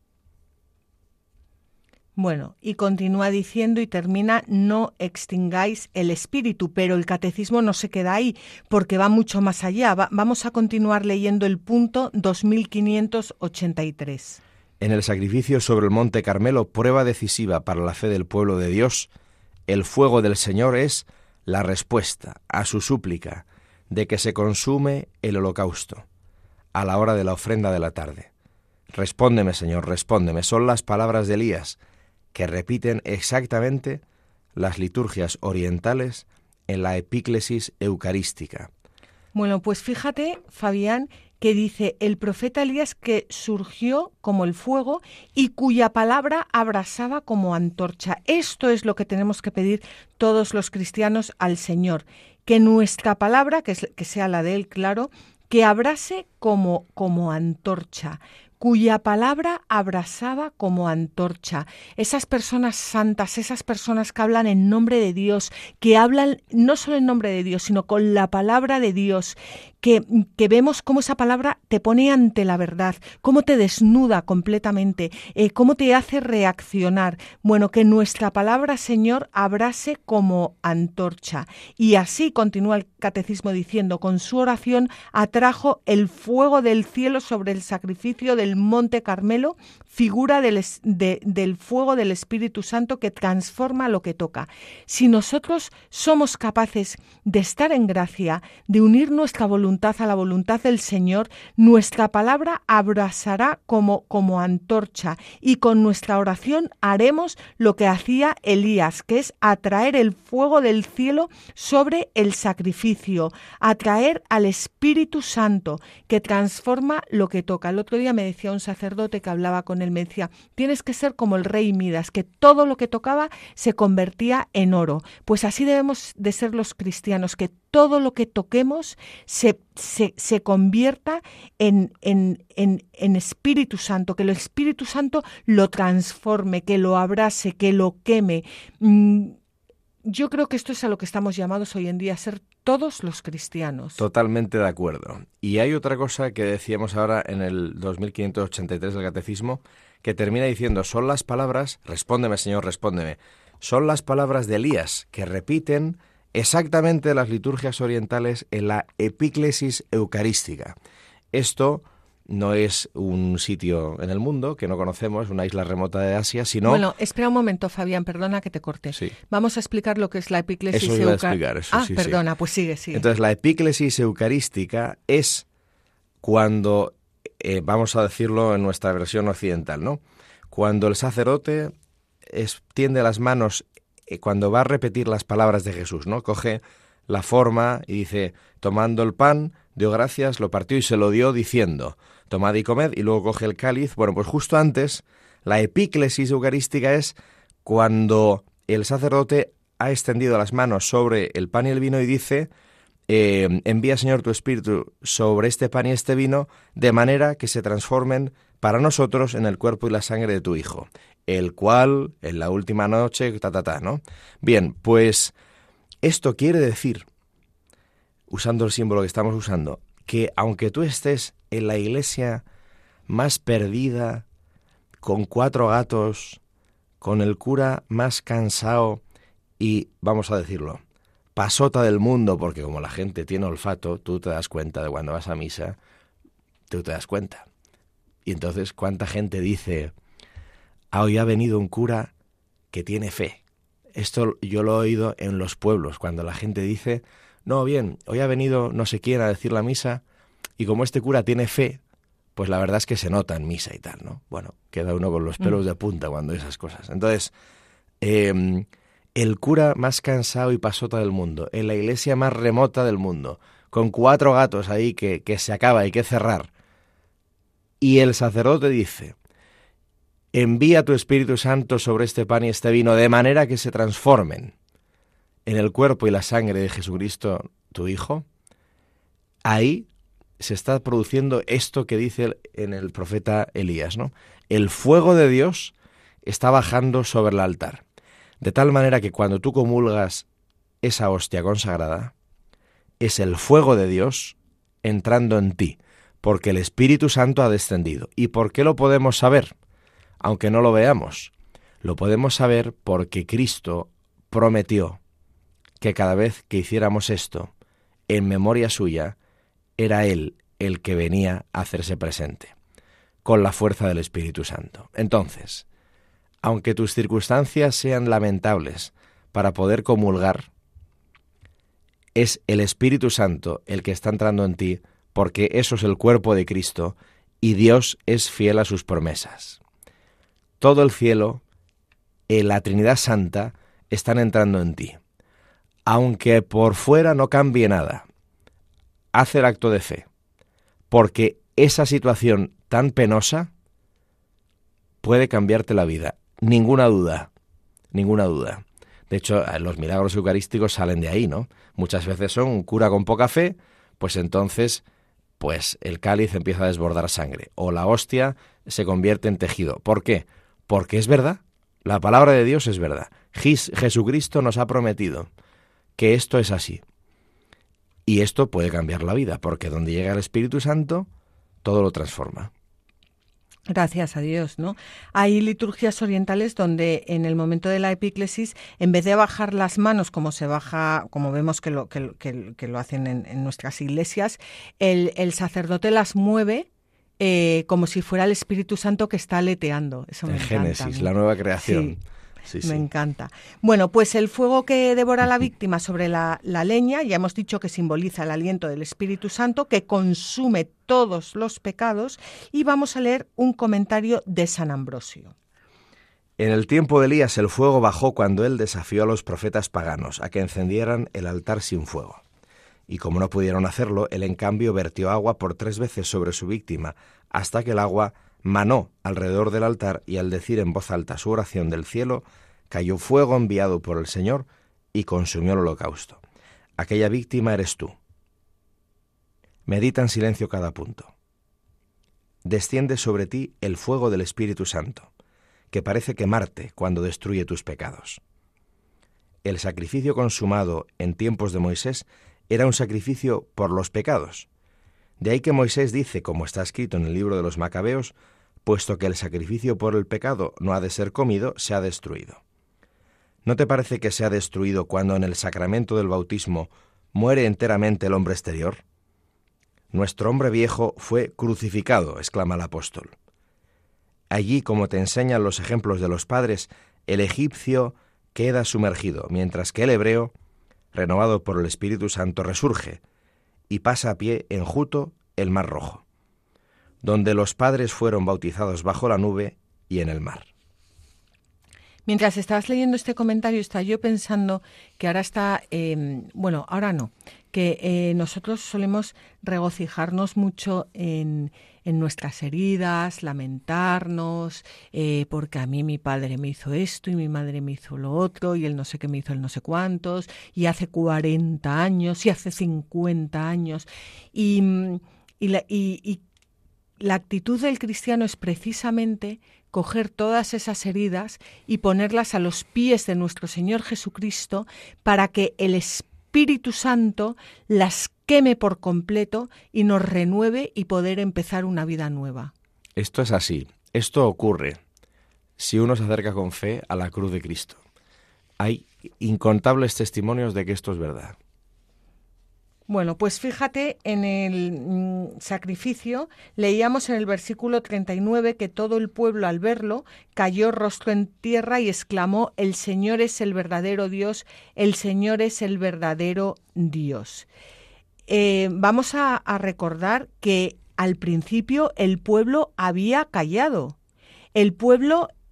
Bueno, y continúa diciendo y termina: no extingáis el espíritu, pero el catecismo no se queda ahí, porque va mucho más allá. Vamos a continuar leyendo el punto 2583. En el sacrificio sobre el Monte Carmelo, prueba decisiva para la fe del pueblo de Dios, el fuego del Señor es la respuesta a su súplica de que se consume el holocausto a la hora de la ofrenda de la tarde. Respóndeme, Señor, respóndeme. Son las palabras de Elías, que repiten exactamente las liturgias orientales en la epíclesis eucarística. Bueno, pues fíjate, Fabián, que dice el profeta Elías que surgió como el fuego y cuya palabra abrasaba como antorcha. Esto es lo que tenemos que pedir todos los cristianos al Señor, que nuestra palabra, que sea la de Él, claro, que abrase como antorcha, cuya palabra abrasaba como antorcha. Esas personas santas, esas personas que hablan en nombre de Dios, que hablan no solo en nombre de Dios, sino con la palabra de Dios, que vemos cómo esa palabra te pone ante la verdad, cómo te desnuda completamente, cómo te hace reaccionar. Bueno, que nuestra palabra, Señor, abrase como antorcha. Y así continúa el catecismo diciendo: con su oración atrajo el fuego del cielo sobre el sacrificio del Monte Carmelo, figura del fuego del Espíritu Santo que transforma lo que toca. Si nosotros somos capaces de estar en gracia, de unir nuestra voluntad a la voluntad del Señor, nuestra palabra abrasará como antorcha, y con nuestra oración haremos lo que hacía Elías, que es atraer el fuego del cielo sobre el sacrificio, atraer al Espíritu Santo que transforma lo que toca. El otro día me decía un sacerdote que hablaba con él, me decía: tienes que ser como el rey Midas, que todo lo que tocaba se convertía en oro. Pues así debemos de ser los cristianos, que todo lo que toquemos se convierta en Espíritu Santo, que el Espíritu Santo lo transforme, que lo abrase, que lo queme. Yo creo que esto es a lo que estamos llamados hoy en día, a ser todos los cristianos. Totalmente de acuerdo. Y hay otra cosa que decíamos ahora en el 2583 del Catecismo, que termina diciendo: son las palabras, respóndeme, Señor, respóndeme, son las palabras de Elías, que repiten exactamente las liturgias orientales en la epíclesis eucarística. Esto no es un sitio en el mundo que no conocemos, una isla remota de Asia, sino... Bueno, espera un momento, Fabián, perdona que te corte. Sí. Vamos a explicar lo que es la epíclesis eucarística. Eso iba a explicar, eso sí. Perdona, pues sigue. Entonces, la epíclesis eucarística es cuando, vamos a decirlo en nuestra versión occidental, ¿no? Cuando el sacerdote extiende las manos, cuando va a repetir las palabras de Jesús, ¿no? Coge la forma y dice: tomando el pan, dio gracias, lo partió y se lo dio diciendo: tomad y comed, y luego coge el cáliz. Bueno, pues justo antes, la epíclesis eucarística es cuando el sacerdote ha extendido las manos sobre el pan y el vino y dice: envía, Señor, tu Espíritu sobre este pan y este vino, de manera que se transformen para nosotros en el cuerpo y la sangre de tu Hijo, el cual en la última noche, ¿no? Bien, pues esto quiere decir, usando el símbolo que estamos usando, que aunque tú estés en la iglesia más perdida, con 4 gatos, con el cura más cansado y, vamos a decirlo, pasota del mundo, porque como la gente tiene olfato, tú te das cuenta de cuando vas a misa, tú te das cuenta. Y entonces, ¿cuánta gente dice: hoy ha venido un cura que tiene fe? Esto yo lo he oído en los pueblos, cuando la gente dice: no, bien, hoy ha venido no sé quién a decir la misa, y como este cura tiene fe, pues la verdad es que se nota en misa y tal, ¿no? Bueno, queda uno con los pelos de punta cuando esas cosas. Entonces, el cura más cansado y pasota del mundo, en la iglesia más remota del mundo, con 4 gatos ahí que se acaba, hay que cerrar. Y el sacerdote dice: envía tu Espíritu Santo sobre este pan y este vino, de manera que se transformen en el cuerpo y la sangre de Jesucristo, tu Hijo. Ahí se está produciendo esto que dice en el profeta Elías, ¿no? El fuego de Dios está bajando sobre el altar, de tal manera que cuando tú comulgas esa hostia consagrada, es el fuego de Dios entrando en ti, porque el Espíritu Santo ha descendido. ¿Y por qué lo podemos saber? Aunque no lo veamos, lo podemos saber porque Cristo prometió que cada vez que hiciéramos esto, en memoria suya, era Él el que venía a hacerse presente, con la fuerza del Espíritu Santo. Entonces, aunque tus circunstancias sean lamentables para poder comulgar, es el Espíritu Santo el que está entrando en ti, porque eso es el cuerpo de Cristo y Dios es fiel a sus promesas. Todo el cielo, la Trinidad Santa, están entrando en ti. Aunque por fuera no cambie nada, haz el acto de fe, porque esa situación tan penosa puede cambiarte la vida. Ninguna duda, ninguna duda. De hecho, los milagros eucarísticos salen de ahí, ¿no? Muchas veces son un cura con poca fe, pues entonces el cáliz empieza a desbordar sangre, o la hostia se convierte en tejido. ¿Por qué? Porque es verdad, la palabra de Dios es verdad. Jesucristo nos ha prometido que esto es así. Y esto puede cambiar la vida, porque donde llega el Espíritu Santo, todo lo transforma. Gracias a Dios, ¿no? Hay liturgias orientales donde en el momento de la epíclesis, en vez de bajar las manos como se baja, como vemos que lo hacen en nuestras iglesias, el sacerdote las mueve como si fuera el Espíritu Santo que está aleteando. Eso me encanta. Génesis, la nueva creación. Sí, me encanta. Bueno, pues el fuego que devora a la víctima sobre la leña, ya hemos dicho que simboliza el aliento del Espíritu Santo, que consume todos los pecados, y vamos a leer un comentario de San Ambrosio. En el tiempo de Elías el fuego bajó cuando él desafió a los profetas paganos a que encendieran el altar sin fuego. Y como no pudieron hacerlo, él en cambio vertió agua por 3 veces sobre su víctima, hasta que el agua manó alrededor del altar, y al decir en voz alta su oración del cielo, cayó fuego enviado por el Señor y consumió el holocausto. Aquella víctima eres tú. Medita en silencio cada punto. Desciende sobre ti el fuego del Espíritu Santo, que parece quemarte cuando destruye tus pecados. El sacrificio consumado en tiempos de Moisés era un sacrificio por los pecados. De ahí que Moisés dice, como está escrito en el libro de los Macabeos, puesto que el sacrificio por el pecado no ha de ser comido, se ha destruido. ¿No te parece que se ha destruido cuando en el sacramento del bautismo muere enteramente el hombre exterior? Nuestro hombre viejo fue crucificado, exclama el apóstol. Allí, como te enseñan los ejemplos de los padres, el egipcio queda sumergido, mientras que el hebreo, renovado por el Espíritu Santo, resurge y pasa a pie enjuto el Mar Rojo, donde los padres fueron bautizados bajo la nube y en el mar. Mientras estabas leyendo este comentario, estaba yo pensando que ahora está, ahora no, que nosotros solemos regocijarnos mucho en nuestras heridas, lamentarnos, porque a mí mi padre me hizo esto y mi madre me hizo lo otro y él no sé qué me hizo el no sé cuántos, y hace 40 años y hace 50 años. Y la actitud del cristiano es precisamente coger todas esas heridas y ponerlas a los pies de nuestro Señor Jesucristo para que el Espíritu Santo las queme por completo y nos renueve y poder empezar una vida nueva. Esto es así. Esto ocurre si uno se acerca con fe a la cruz de Cristo. Hay incontables testimonios de que esto es verdad. Bueno, pues fíjate, en el sacrificio leíamos en el versículo 39 que todo el pueblo al verlo cayó rostro en tierra y exclamó: el Señor es el verdadero Dios, el Señor es el verdadero Dios. Vamos a recordar que al principio el pueblo había callado. El pueblo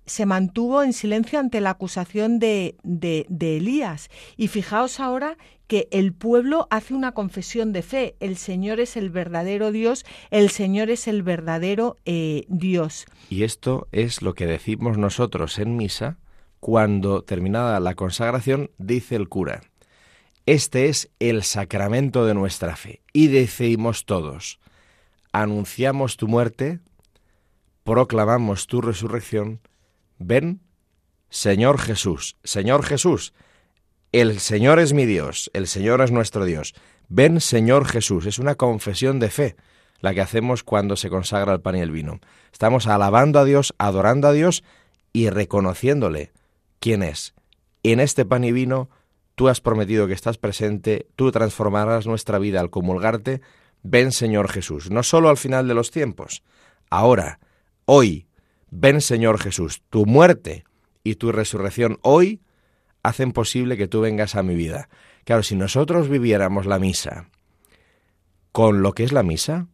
se mantuvo en silencio ante la acusación de Elías. Y fijaos ahora que el pueblo hace una confesión de fe. El Señor es el verdadero Dios, el Señor es el verdadero Dios. Y esto es lo que decimos nosotros en misa cuando, terminada la consagración, dice el cura: este es el sacramento de nuestra fe. Y decimos todos: anunciamos tu muerte, proclamamos tu resurrección. Ven, Señor Jesús. Señor Jesús, el Señor es mi Dios, el Señor es nuestro Dios. Ven, Señor Jesús. Es una confesión de fe la que hacemos cuando se consagra el pan y el vino. Estamos alabando a Dios, adorando a Dios y reconociéndole quién es. En este pan y vino tú has prometido que estás presente, tú transformarás nuestra vida al comulgarte. Ven, Señor Jesús. No solo al final de los tiempos, ahora, hoy. Ven, Señor Jesús, tu muerte y tu resurrección hoy hacen posible que tú vengas a mi vida. Claro, si nosotros viviéramos la misa con lo que es la misa,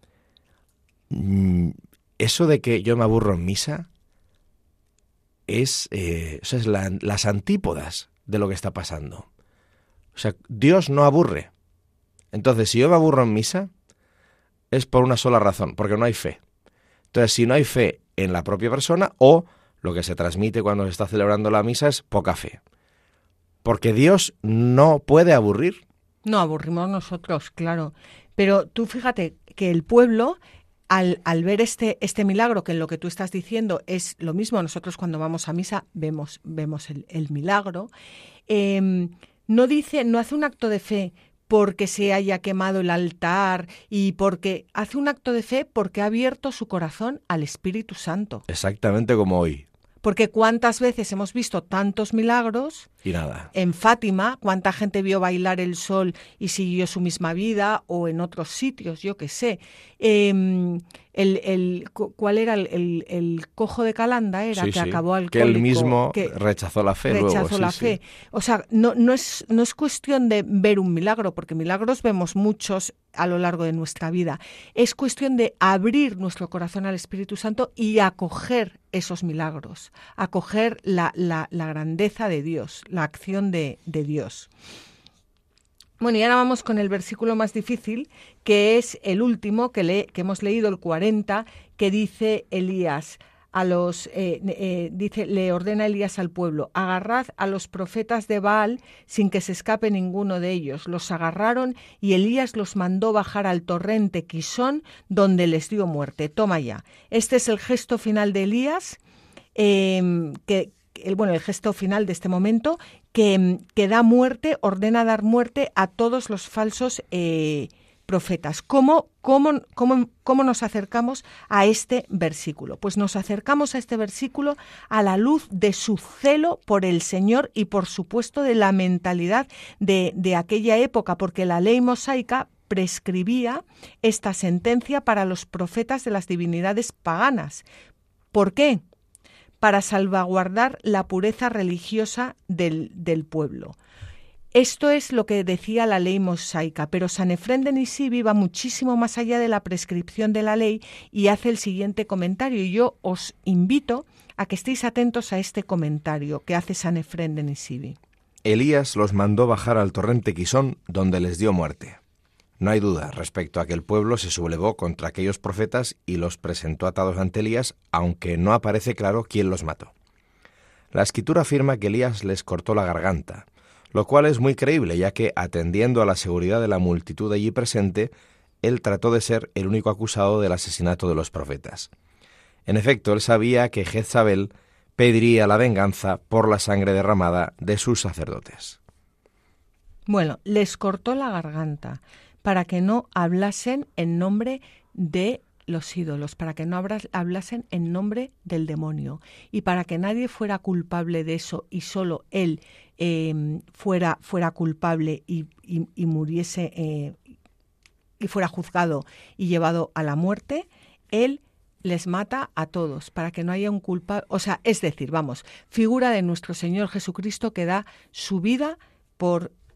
eso de que yo me aburro en misa es las antípodas de lo que está pasando. O sea, Dios no aburre. Entonces, si yo me aburro en misa, es por una sola razón, porque no hay fe. Entonces, si no hay fe en la propia persona, o lo que se transmite cuando se está celebrando la misa es poca fe. Porque Dios no puede aburrir. No, aburrimos nosotros, claro. Pero tú fíjate que el pueblo, al ver este milagro, que en lo que tú estás diciendo es lo mismo, nosotros cuando vamos a misa vemos el milagro, no hace un acto de fe porque se haya quemado el altar y porque hace un acto de fe porque ha abierto su corazón al Espíritu Santo. Exactamente como hoy. Porque cuántas veces hemos visto tantos milagros y nada. En Fátima, cuánta gente vio bailar el sol y siguió su misma vida, o en otros sitios, yo qué sé. ¿Cuál era el cojo de Calanda? Era sí, que sí. acabó alcohólico. Que él mismo rechazó la fe. Rechazó la fe. O sea, no es cuestión de ver un milagro, porque milagros vemos muchos a lo largo de nuestra vida. Es cuestión de abrir nuestro corazón al Espíritu Santo y acoger esos milagros, acoger la grandeza de Dios, la acción de Dios. Bueno, y ahora vamos con el versículo más difícil, que es el último que hemos leído, el 40, que dice Elías le ordena Elías al pueblo: agarrad a los profetas de Baal sin que se escape ninguno de ellos. Los agarraron y Elías los mandó bajar al torrente Quisón, donde les dio muerte. Toma ya. Este es el gesto final de Elías, el gesto final de este momento, que da muerte, ordena dar muerte a todos los falsos profetas. ¿Cómo nos acercamos a este versículo? Pues nos acercamos a este versículo a la luz de su celo por el Señor y, por supuesto, de la mentalidad de aquella época, porque la ley mosaica prescribía esta sentencia para los profetas de las divinidades paganas. ¿Por qué? Para salvaguardar la pureza religiosa del pueblo. Esto es lo que decía la ley mosaica, pero San Efrén de Nisibi va muchísimo más allá de la prescripción de la ley y hace el siguiente comentario, y yo os invito a que estéis atentos a este comentario que hace San Efrén de Nisibi. Elías los mandó bajar al torrente Quisón, donde les dio muerte. No hay duda respecto a que el pueblo se sublevó contra aquellos profetas y los presentó atados ante Elías, aunque no aparece claro quién los mató. La Escritura afirma que Elías les cortó la garganta, lo cual es muy creíble, ya que, atendiendo a la seguridad de la multitud allí presente, él trató de ser el único acusado del asesinato de los profetas. En efecto, él sabía que Jezabel pediría la venganza por la sangre derramada de sus sacerdotes. Bueno, les cortó la garganta para que no hablasen en nombre de los ídolos, para que no hablasen en nombre del demonio, y para que nadie fuera culpable de eso y solo él fuera culpable y muriese y fuera juzgado y llevado a la muerte, él les mata a todos para que no haya un culpable. O sea, es decir, figura de nuestro Señor Jesucristo que da su vida por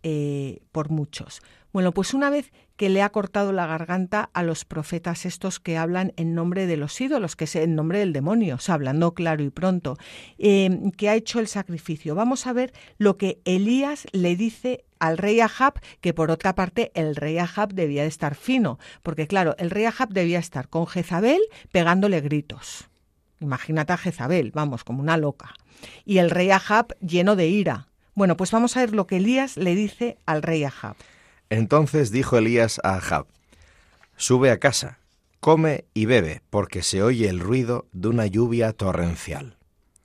por muchos. Bueno, pues una vez que le ha cortado la garganta a los profetas estos que hablan en nombre de los ídolos, que es en nombre del demonio, o sea, hablando claro y pronto, que ha hecho el sacrificio. Vamos a ver lo que Elías le dice al rey Ahab, que por otra parte el rey Ahab debía de estar fino, porque claro, el rey Ahab debía estar con Jezabel pegándole gritos. Imagínate a Jezabel, vamos, como una loca. Y el rey Ahab lleno de ira. Bueno, pues vamos a ver lo que Elías le dice al rey Ahab. Entonces dijo Elías a Ahab: sube a casa, come y bebe, porque se oye el ruido de una lluvia torrencial.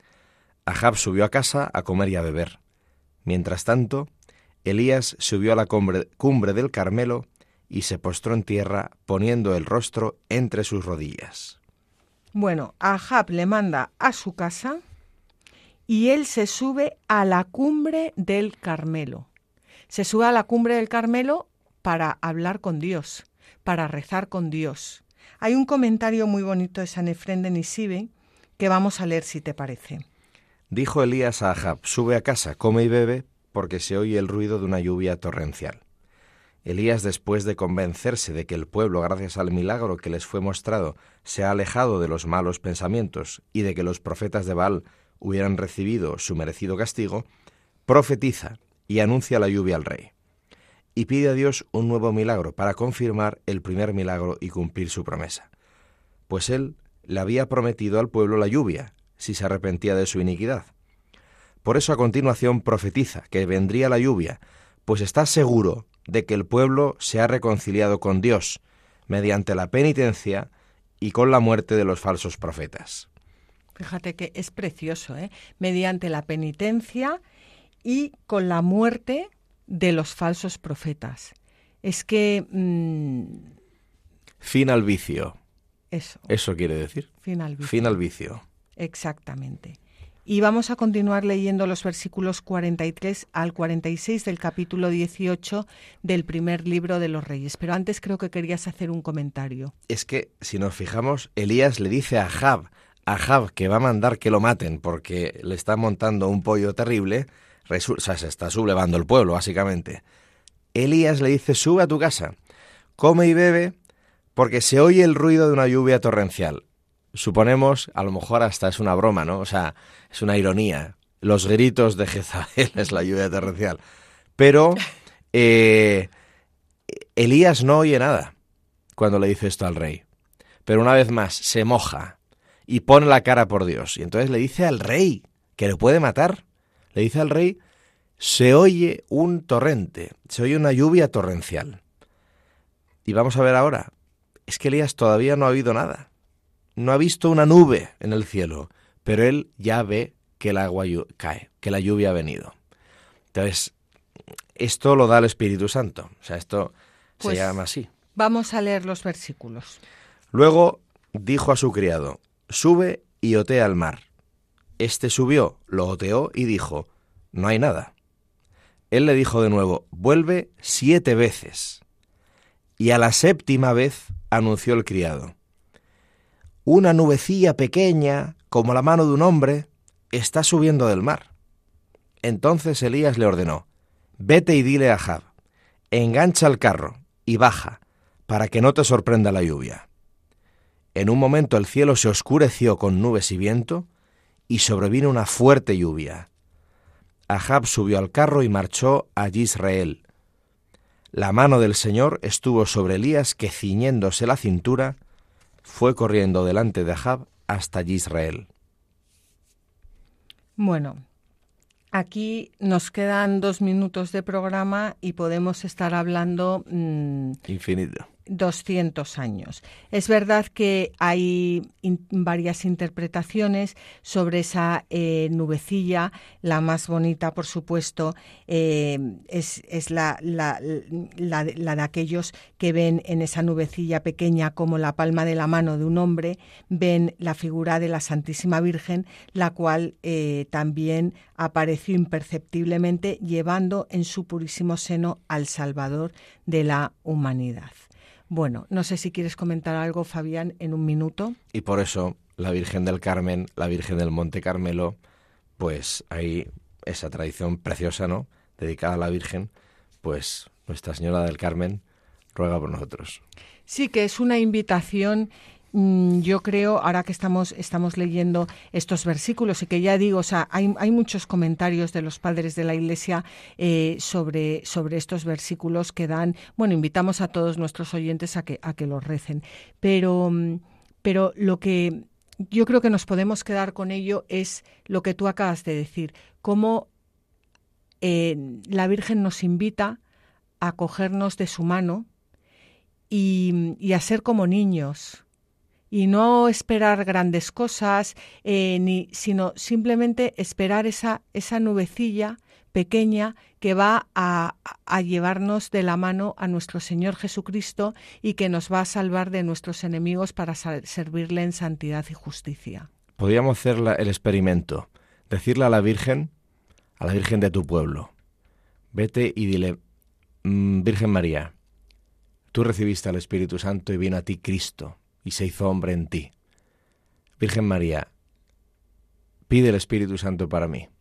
Ahab subió a casa a comer y a beber. Mientras tanto, Elías subió a la cumbre del Carmelo y se postró en tierra, poniendo el rostro entre sus rodillas. Bueno, Ahab le manda a su casa y él se sube a la cumbre del Carmelo. Se sube a la cumbre del Carmelo para hablar con Dios, para rezar con Dios. Hay un comentario muy bonito de San Efrén de Nisibe que vamos a leer si te parece. Dijo Elías a Ahab: sube a casa, come y bebe, porque se oye el ruido de una lluvia torrencial. Elías, después de convencerse de que el pueblo, gracias al milagro que les fue mostrado, se ha alejado de los malos pensamientos y de que los profetas de Baal hubieran recibido su merecido castigo, profetiza y anuncia la lluvia al rey, y pide a Dios un nuevo milagro para confirmar el primer milagro y cumplir su promesa. Pues él le había prometido al pueblo la lluvia, si se arrepentía de su iniquidad. Por eso a continuación profetiza que vendría la lluvia, pues está seguro de que el pueblo se ha reconciliado con Dios mediante la penitencia y con la muerte de los falsos profetas. Fíjate que es precioso, ¿eh? Mediante la penitencia y con la muerte de los falsos profetas. Es que... Fin al vicio. Eso quiere decir. Fin al vicio. Fin al vicio. Exactamente. Y vamos a continuar leyendo los versículos 43 al 46 del capítulo 18 del primer libro de los Reyes. Pero antes creo que querías hacer un comentario. Es que, si nos fijamos, Elías le dice a Ahab que va a mandar que lo maten porque le está montando un pollo terrible. O sea, se está sublevando el pueblo, básicamente. Elías le dice: sube a tu casa, come y bebe, porque se oye el ruido de una lluvia torrencial. Suponemos, a lo mejor hasta es una broma, ¿no? O sea, es una ironía. Los gritos de Jezabel es la lluvia torrencial. Pero Elías no oye nada cuando le dice esto al rey. Pero una vez más, se moja y pone la cara por Dios. Y entonces le dice al rey que le puede matar. Le dice al rey: se oye un torrente, se oye una lluvia torrencial. Y vamos a ver ahora, es que Elías todavía no ha oído nada. No ha visto una nube en el cielo, pero él ya ve que el agua cae, que la lluvia ha venido. Entonces, esto lo da el Espíritu Santo. O sea, esto pues se llama así. Vamos a leer los versículos. Luego dijo a su criado: sube y otea el mar. Este subió, lo oteó y dijo: no hay nada. Él le dijo de nuevo: vuelve 7 veces. Y a la 7ª vez anunció el criado: una nubecilla pequeña, como la mano de un hombre, está subiendo del mar. Entonces Elías le ordenó: vete y dile a Ahab: engancha el carro y baja, para que no te sorprenda la lluvia. En un momento el cielo se oscureció con nubes y viento, y sobrevino una fuerte lluvia. Ahab subió al carro y marchó a Jezreel. La mano del Señor estuvo sobre Elías, que ciñéndose la cintura, fue corriendo delante de Ahab hasta Jezreel. Bueno, aquí nos quedan 2 minutos de programa y podemos estar hablando... Infinito. 200 años. Es verdad que hay varias interpretaciones sobre esa nubecilla. La más bonita, por supuesto, es la de aquellos que ven en esa nubecilla pequeña como la palma de la mano de un hombre, ven la figura de la Santísima Virgen, la cual también apareció imperceptiblemente llevando en su purísimo seno al Salvador de la humanidad. Bueno, no sé si quieres comentar algo, Fabián, en un minuto. Y por eso la Virgen del Carmen, la Virgen del Monte Carmelo, pues hay esa tradición preciosa, ¿no?, dedicada a la Virgen, pues Nuestra Señora del Carmen ruega por nosotros. Sí, que es una invitación. Yo creo, ahora que estamos leyendo estos versículos y que ya digo, o sea, hay muchos comentarios de los padres de la Iglesia sobre estos versículos que dan, bueno, invitamos a todos nuestros oyentes a que los recen, pero lo que yo creo que nos podemos quedar con ello es lo que tú acabas de decir, cómo la Virgen nos invita a cogernos de su mano y a ser como niños, y no esperar grandes cosas, sino simplemente esperar esa nubecilla pequeña que va a llevarnos de la mano a nuestro Señor Jesucristo y que nos va a salvar de nuestros enemigos para servirle en santidad y justicia. Podríamos hacer el experimento, decirle a la Virgen de tu pueblo, vete y dile, Virgen María, tú recibiste al Espíritu Santo y vino a ti Cristo y se hizo hombre en ti. Virgen María, pide el Espíritu Santo para mí.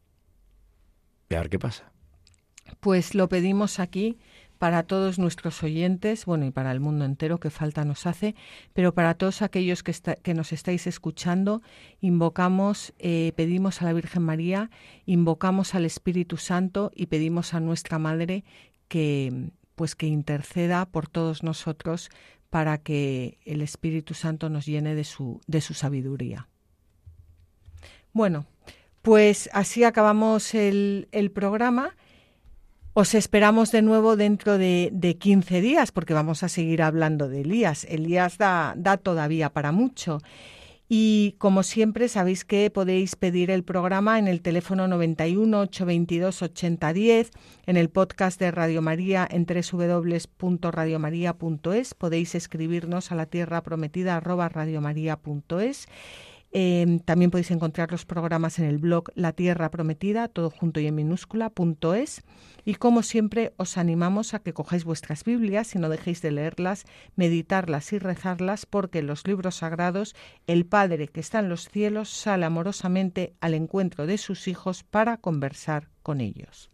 Y a ver qué pasa. Pues lo pedimos aquí para todos nuestros oyentes, bueno, y para el mundo entero, que falta nos hace, pero para todos aquellos que nos estáis escuchando, invocamos, pedimos a la Virgen María, invocamos al Espíritu Santo y pedimos a nuestra Madre que interceda por todos nosotros para que el Espíritu Santo nos llene de su sabiduría. Bueno, pues así acabamos el programa. Os esperamos de nuevo dentro de 15 días, porque vamos a seguir hablando de Elías. Elías da todavía para mucho. Y como siempre, sabéis que podéis pedir el programa en el teléfono 91 822 8010, en el podcast de Radio María en www.radiomaria.es. Podéis escribirnos a latierraprometida@radiomaria.es. También podéis encontrar los programas en el blog La Tierra Prometida, todo junto y en minúscula, .es. Y como siempre os animamos a que cojáis vuestras Biblias y no dejéis de leerlas, meditarlas y rezarlas, porque en los libros sagrados el Padre que está en los cielos sale amorosamente al encuentro de sus hijos para conversar con ellos.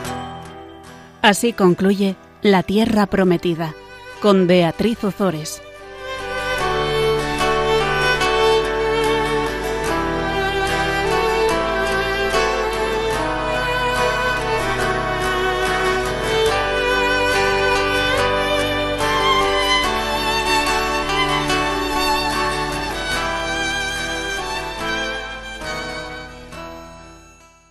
Así concluye La Tierra Prometida, con Beatriz Ozores.